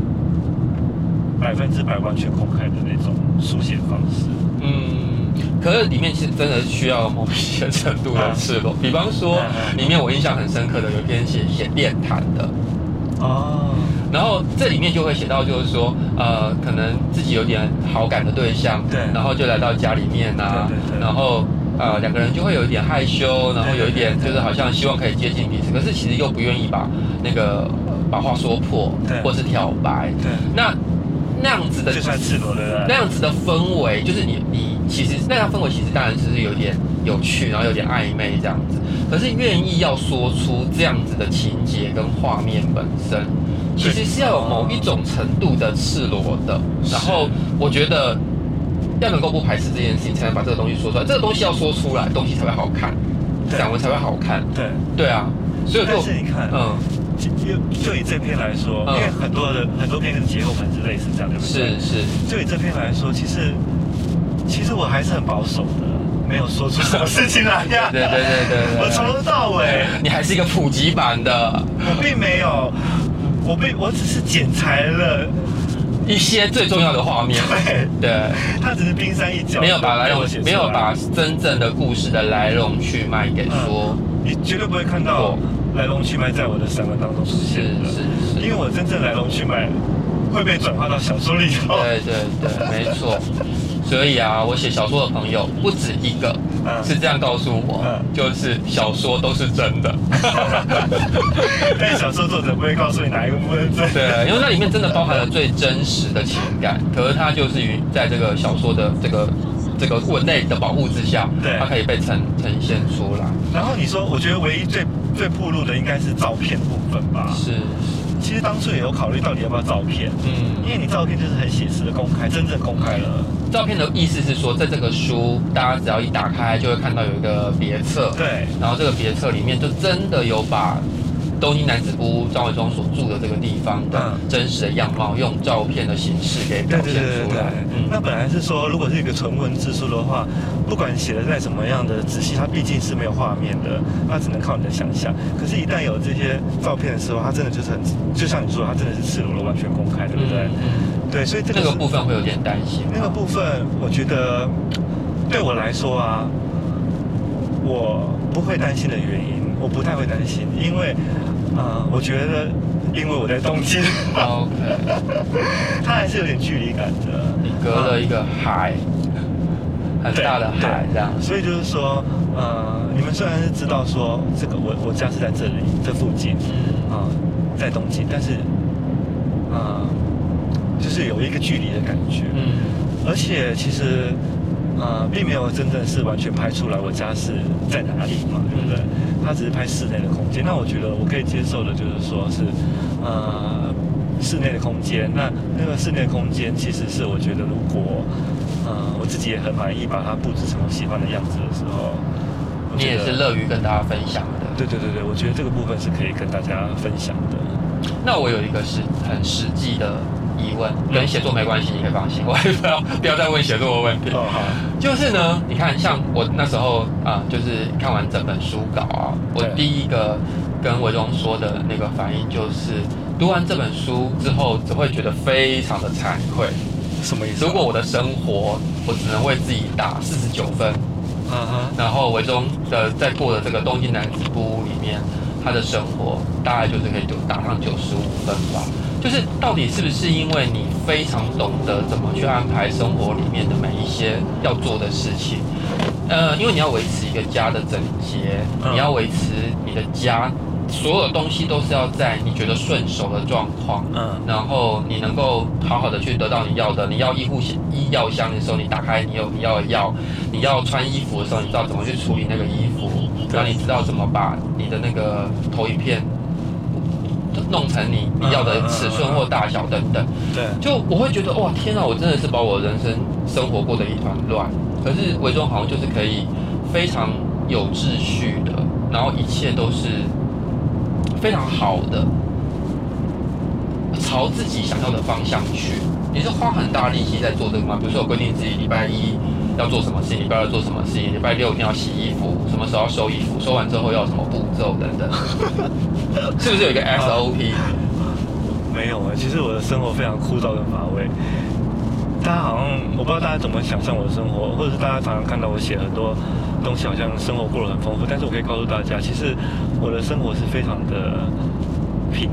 100%完全公开的那种书写方式。 可是里面其实真的需要某一些程度的赤裸，比方说里面我印象很深刻的有一篇写恋谈的。然后这里面就会写到，就是说，可能自己有点好感的对象， 对， 然后就来到家里面啊，对，然后两个人就会有一点害羞，然后有一点就是好像希望可以接近彼此，可是其实又不愿意把话说破，或是挑白，对，那样子的， 就算赤裸的， 那样子的氛围，就是你其实那样氛围其实当然是有点有趣，然后有点暧昧这样子，可是愿意要说出这样子的情节跟画面本身。其实是要有某一种程度的赤裸的，然后我觉得要能够不排斥这件事情，才能把这个东西说出来。这个东西要说出来，东西才会好看，散文才会好看。对啊，所以但是你看，就以这篇来说，因为很多篇跟节后盘是类似这样，对不对？是。就以这篇来说，其实我还是很保守的，没有说出什么事情来呀。对。我从头到尾， 你还是一个普及版的， 我并没有。我只是剪裁了一些最重要的画面，对， 它只是冰山一角， 没有把真正的故事的来龙去脉给说， 你绝对不会看到来龙去脉在我的散文当中出现的，是，因为我真正来龙去脉会被转化到小说里头， 对，没错。所以啊，我写小说的朋友不止一个，是这样告诉我，就是小说都是真的。 但小说作者不会告诉你哪一个部分是真的。 对，因为那里面真的包含了最真实的情感，可是它就是在这个小说的这个文类的保护之下，它可以被呈现出来。 然后你说，我觉得唯一最暴露的应该是照片部分吧？ 是。 其实当初也有考虑到底要不要照片，因为你照片就是很写实的公开，真正公开了。 照片的意思是说，在这个书，大家只要一打开，就会看到有一个别册， 对， 然后这个别册里面就真的有把东京男子部屋张伟忠所住的这个地方的真实的样貌，用照片的形式给表现出来。 那本来是说，如果是一个纯文字书的话，不管写的再怎么样的仔细，它毕竟是没有画面的，它只能靠你的想象。可是，一旦有这些照片的时候，它真的就是就像你说，它真的是赤裸的，完全公开，对不对？对，所以那个部分会有点担心。 那个部分，我觉得对我来说啊，我不会担心的原因，我不太会担心，因为我觉得，因为我在东京 ，OK， 它还是有点距离感的。 你隔了一个海，很大的海，这样。 所以就是说，你们虽然是知道说这个我家是在这附近，在东京，但是就是有一个距离的感觉，而且其实并没有真正是完全拍出来我家是在哪里嘛，对不对？它只是拍室内的空间。那我觉得我可以接受的就是说是室内的空间。那个室内空间其实是我觉得如果我自己也很满意，把它布置成我喜欢的样子的时候， 你也是乐于跟大家分享的。 对，我觉得这个部分是可以跟大家分享的。 那我有一个是很实际的疑问，跟写作没关系，你可以放心，我不要再问写作的问题。就是呢，你看，像我那时候就是看完整本书稿啊，我第一个跟伟忠说的那个反应就是， 读完这本书之后，只会觉得非常的惭愧。 什么意思？ 如果我的生活我只能为自己打49分，然后维中的在过的这个东京男子部屋里面，他的生活大概就是可以打上95分吧。就是到底是不是因为你非常懂得怎么去安排生活里面的每一些要做的事情？因为你要维持一个家的整洁，你要维持你的家。所有东西都是要在你觉得顺手的状况，然后你能够好好的去得到你要的。你要医药箱的时候，你打开你有你要的药；你要穿衣服的时候，你知道怎么去处理那个衣服，然后你知道怎么把你的那个投影片弄成你要的尺寸或大小等等。 对， 就我会觉得哇，天啊，我真的是把我人生生活过得一团乱。可是维中好像就是可以非常有秩序的，然后一切都是非常好的，朝自己想要的方向去。你是花很大力气在做这个吗？比如说我规定自己礼拜一要做什么事情，礼拜二做什么事情，礼拜六一定要洗衣服，什么时候要收衣服，收完之后要什么步骤等等，是不是有一个 SOP？ 没有其实我的生活非常枯燥跟乏味。大家好像我不知道大家怎么想象我的生活，或者是大家常常看到我写很多东西，好像生活过得很丰富。但是我可以告诉大家，其实我的生活是非常的平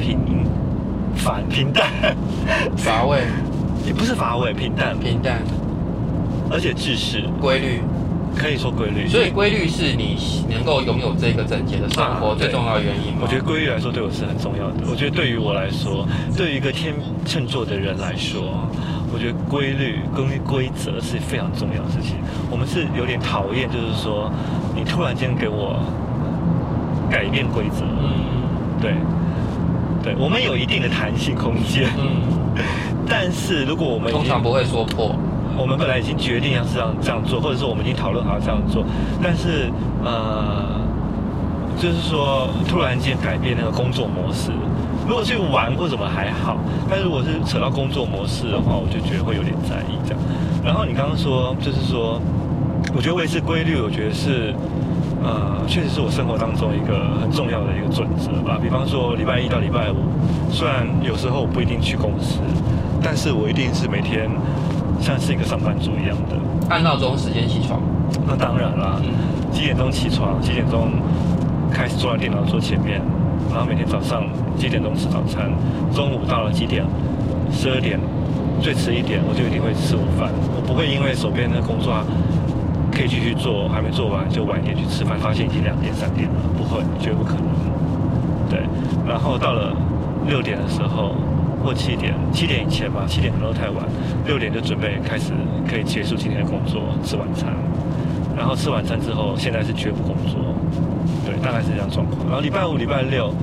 淡， 乏味， 也不是乏味，平淡，而且秩序、 规律。 可以说规律， 所以规律是你能够拥有这个整洁的生活最重要的原因吗？ 我觉得规律来说对我是很重要的。我觉得对于我来说，对于一个天秤座的人来说，我觉得规律跟规则是非常重要的事情。我们是有点讨厌，就是说你突然间给我改变规则，对，我们有一定的弹性空间，但是如果我们通常不会说破。 我们本来已经决定要这样做，或者说我们已经讨论好这样做，但是就是说突然间改变那个工作模式。如果去玩或什么还好，但是如果是扯到工作模式的话，我就觉得会有点在意这样。然后你刚刚说，就是说，我觉得维持规律，我觉得是确实是我生活当中一个很重要的一个准则吧。比方说礼拜一到礼拜五，虽然有时候我不一定去公司，但是我一定是每天像是一个上班族一样的， 按闹钟时间起床。 那当然啦，几点钟起床，几点钟开始坐在电脑桌前面，然后每天早上几点钟吃早餐，中午到了几点，12点，最迟1点我就一定会吃午饭。我不会因为手边的工作可以继续做，还没做完就晚一点去吃饭，发现已经2点3点了，不会，绝不可能。对，然后到了6点的时候。或7点以前吧，7点可能都太晚，6点就准备开始可以结束今天的工作，吃晚餐。然后吃晚餐之后，现在是绝不工作，对，大概是这样状况。然后礼拜5、礼拜6、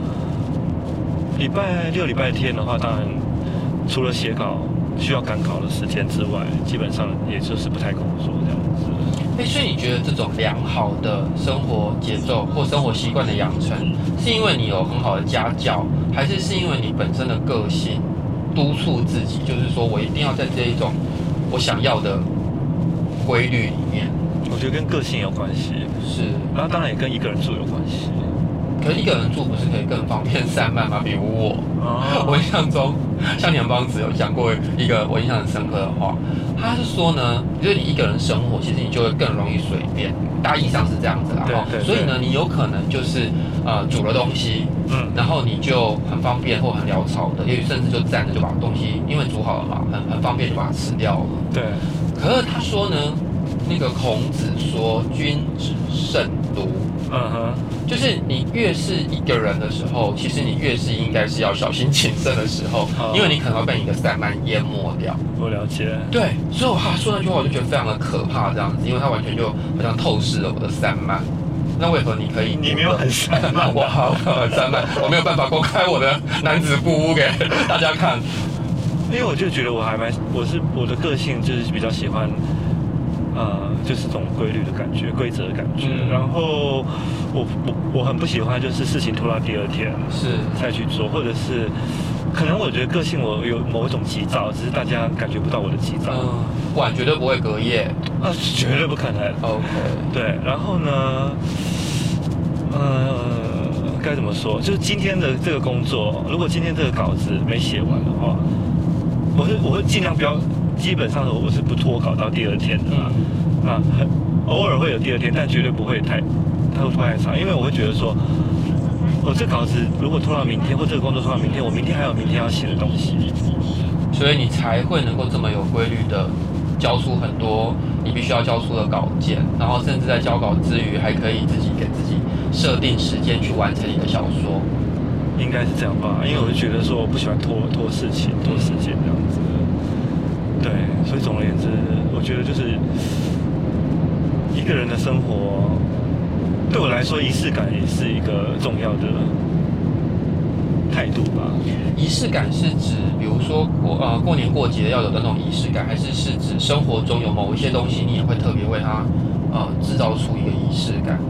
礼拜天的话，当然除了写稿需要赶稿的时间之外，基本上也就是不太工作这样子。 所以你觉得这种良好的生活节奏或生活习惯的养成，是因为你有很好的家教，还是因为你本身的个性督促自己，就是说我一定要在这一种我想要的规律里面？ 我觉得跟个性有关系， 是， 然后当然也跟一个人住有关系。 可是一个人住不是可以更方便散漫吗？比如我印象中，像田邦子有讲过一个我印象很深刻的话，他是说呢，就是你一个人生活，其实你就会更容易随便，大意上是这样子啦。 对， 所以呢，你有可能就是煮了东西，然后你就很方便或很潦草的，也许甚至就站着就把东西，因为煮好了嘛，很方便就把它吃掉了。 对。 可是他说呢，那个孔子说君子慎独。就是你越是一个人的时候，其实你越是应该是要小心谨慎的时候，因为你可能会被你的散漫淹没掉。 我了解。对， 所以他说那句话我就觉得非常的可怕，这样子，因为他完全就好像透视了我的散漫。那为何你可以？ 你没有很散漫， 我很散漫，我没有办法公开我的男子部屋给大家看。 因为我就觉得我的个性就是比较喜欢。就是这种规律的感觉，规则的感觉。然后我很不喜欢，就是事情拖到第2天再去做，或者是可能我觉得个性我有某一种急躁，只是大家感觉不到我的急躁。 碗绝对不会隔夜， 绝对不可能。 OK。 对，然后呢， 该怎么说？就是今天的这个工作，如果今天这个稿子没写完的话，我会尽量不要，基本上我是不拖稿到第二天的啦。偶尔会有第二天，但绝对不会太长，因为我会觉得说，我这稿子如果拖到明天，或这个工作拖到明天，我明天还有明天要写的东西， 所以你才会能够这么有规律的交出很多你必须要交出的稿件，然后甚至在交稿之余，还可以自己给自己设定时间去完成你的小说。 应该是这样吧？因为我就觉得说，我不喜欢拖事情、拖时间这样子。对，所以总而言之，我觉得就是一个人的生活，对我来说，仪式感也是一个重要的态度吧。 仪式感是指，比如说过年过节要有的那种仪式感，还是指生活中有某一些东西，你也会特别为它制造出一个仪式感？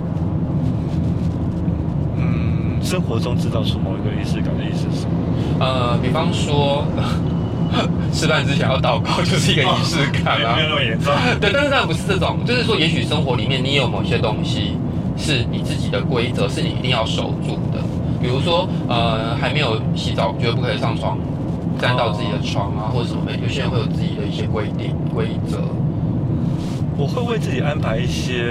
生活中制造出某一个仪式感的意思是什么？ 比方说。吃饭之前要祷告就是一个仪式感啊， 没有那么严重。 对，但是当然不是这种，就是说，也许生活里面你有某些东西是你自己的规则，是你一定要守住的。比如说，还没有洗澡，绝对不可以上床，沾到自己的床啊，或者什么。有些人会有自己的一些规则。 我会为自己安排一些，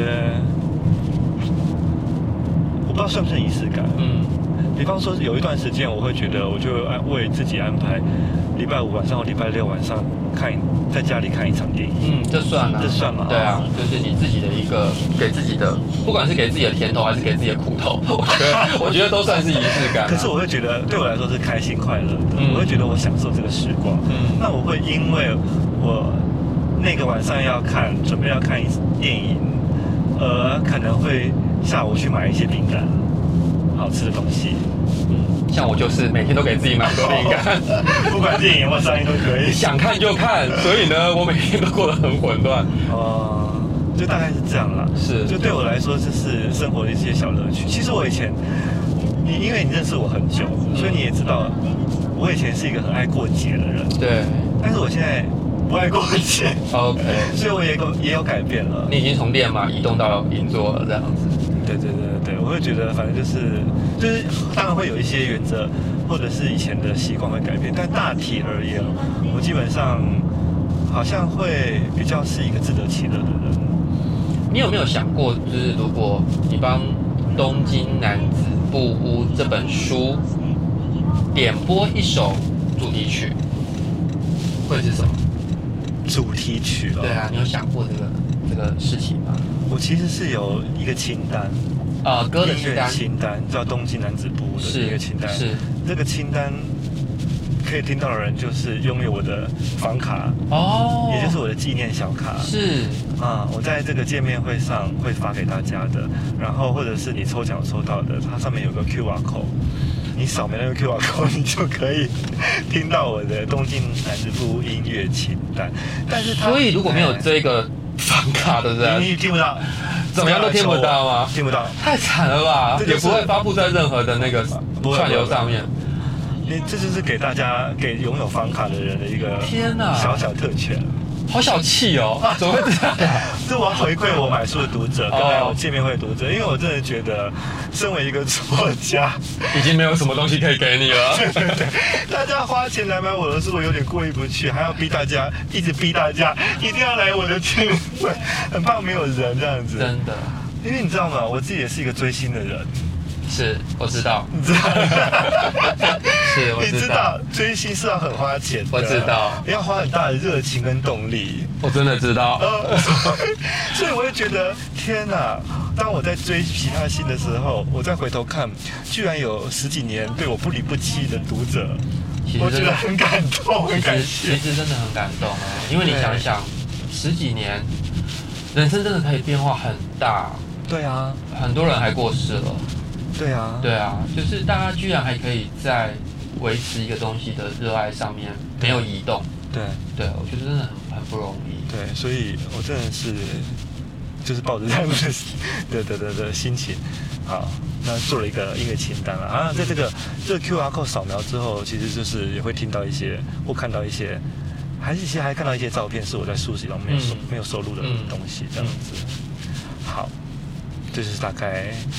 我不知道算不算仪式感。比方说，有一段时间，我会觉得，我就为自己安排礼拜五晚上或礼拜六晚上在家里看一场电影。 这算啊， 这算吗？ 对啊，就是你自己的一个给自己的，不管是给自己的甜头还是给自己的苦头，我觉得都算是仪式感。 可是我会觉得，对我来说是开心快乐的。我会觉得我享受这个时光。那我会因为我那个晚上准备要看电影，可能会下午去买一些饼干。好吃的东西， 像我就是每天都给自己买多饼干， 不管电影有没有上映都可以， 想看就看，所以呢，我每天都过得很混乱。 就大概是这样啦。 是， 就对我来说，这是生活的一些小乐趣。其实我以前，因为你认识我很久，所以你也知道，我以前是一个很爱过节的人。 对。 但是我现在不爱过节。 OK。 所以我也有改变了。 你已经从练马移动到银座了，这样子。 对，我会觉得反正就是当然会有一些原则或者是以前的习惯会改变，但大体而言，我基本上好像会比较是一个自得其乐的人。 你有没有想过，就是如果你帮《东京男子布屋》这本书点播一首主题曲，会是什么？ 主题曲哦。 对啊，你有想过这个事情吗？ 我其实是有一个清单， 歌的清单叫《东京男子布屋》的音乐清单。 是这个清单可以听到的人，就是拥有我的房卡也就是我的纪念小卡。 是我在这个见面会上会发给大家的，然后或者是你抽奖抽到的，它上面有个 QR code， 你扫描那个 QR code， 你就可以听到我的《东京男子布屋》音乐清单。但是所以如果没有这个房卡的人， 你听不到， 怎么样都听不到吗？ 听不到， 太惨了吧！也不会发布在任何的那个串流上面。 这就是给拥有房卡的人的一个小小特权。 好小气哦！怎么会这样？ 这我要回馈我买书的读者，跟来我见面会的读者，因为我真的觉得，身为一个作家， 已经没有什么东西可以给你了。 对，大家花钱来买我的书，我有点过意不去，还要一直逼大家一定要来我的见面会，很怕没有人这样子。 真的， 因为你知道吗？我自己也是一个追星的人。 是，我知道。 你知道？ 是，我知道追星是要很花钱的。 我知道， 要花很大的热情跟动力。 我真的知道。 所以我就觉得，天哪！当我在追其他星的时候，我再回头看，居然有10几年对我不离不弃的读者，我觉得很感动，很感谢。 其实真的很感动因为你想想，10几年，人生真的可以变化很大。 对啊， 很多人还过世了。 对啊， 就是大家居然还可以在维持一个东西的热爱上面没有移动。对，我觉得真的很不容易。 对，所以我真的是就是抱着这样的心情，好，那做了一个音乐清单了在这个 QR code 扫描之后，其实就是也会听到一些或看到一些，还看到一些照片，是我在书籍中没有收录的东西，这样子。好，这就是大概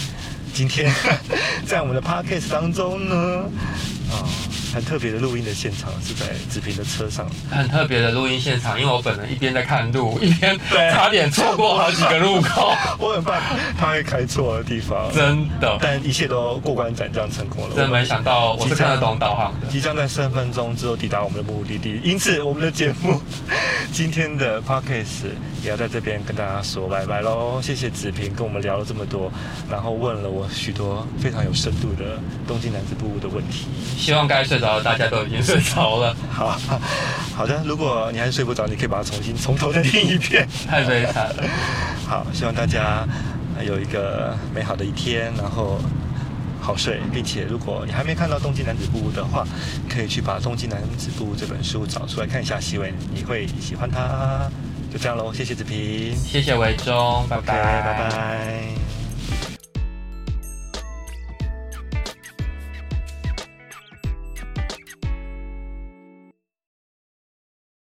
今天在我们的 podcast 当中呢，很特别的录音的现场是在子平的车上， 很特别的录音现场，因为我本人一边在看路，一边差点错过好几个路口， 我很怕他会开错的地方， 真的， 但一切都过关斩将成功了。 真没想到我是看得懂导航的， 即将在3分钟之后抵达我们的目的地，因此我们的节目今天的 podcast 也要在这边跟大家说拜拜喽。谢谢子平跟我们聊了这么多，然后问了我许多非常有深度的东京男子部屋的问题。 希望该睡着的大家都已经睡着了。 好的，如果你还是睡不着，你可以把它从头再听一遍。 太悲惨了。 好，希望大家有一个美好的一天，然后好睡，并且如果你还没看到《东京男子部屋》的话，可以去把《东京男子部屋》这本书找出来看一下，希望你会喜欢它。就这样喽，谢谢子平， 谢谢维中，拜拜， 拜拜。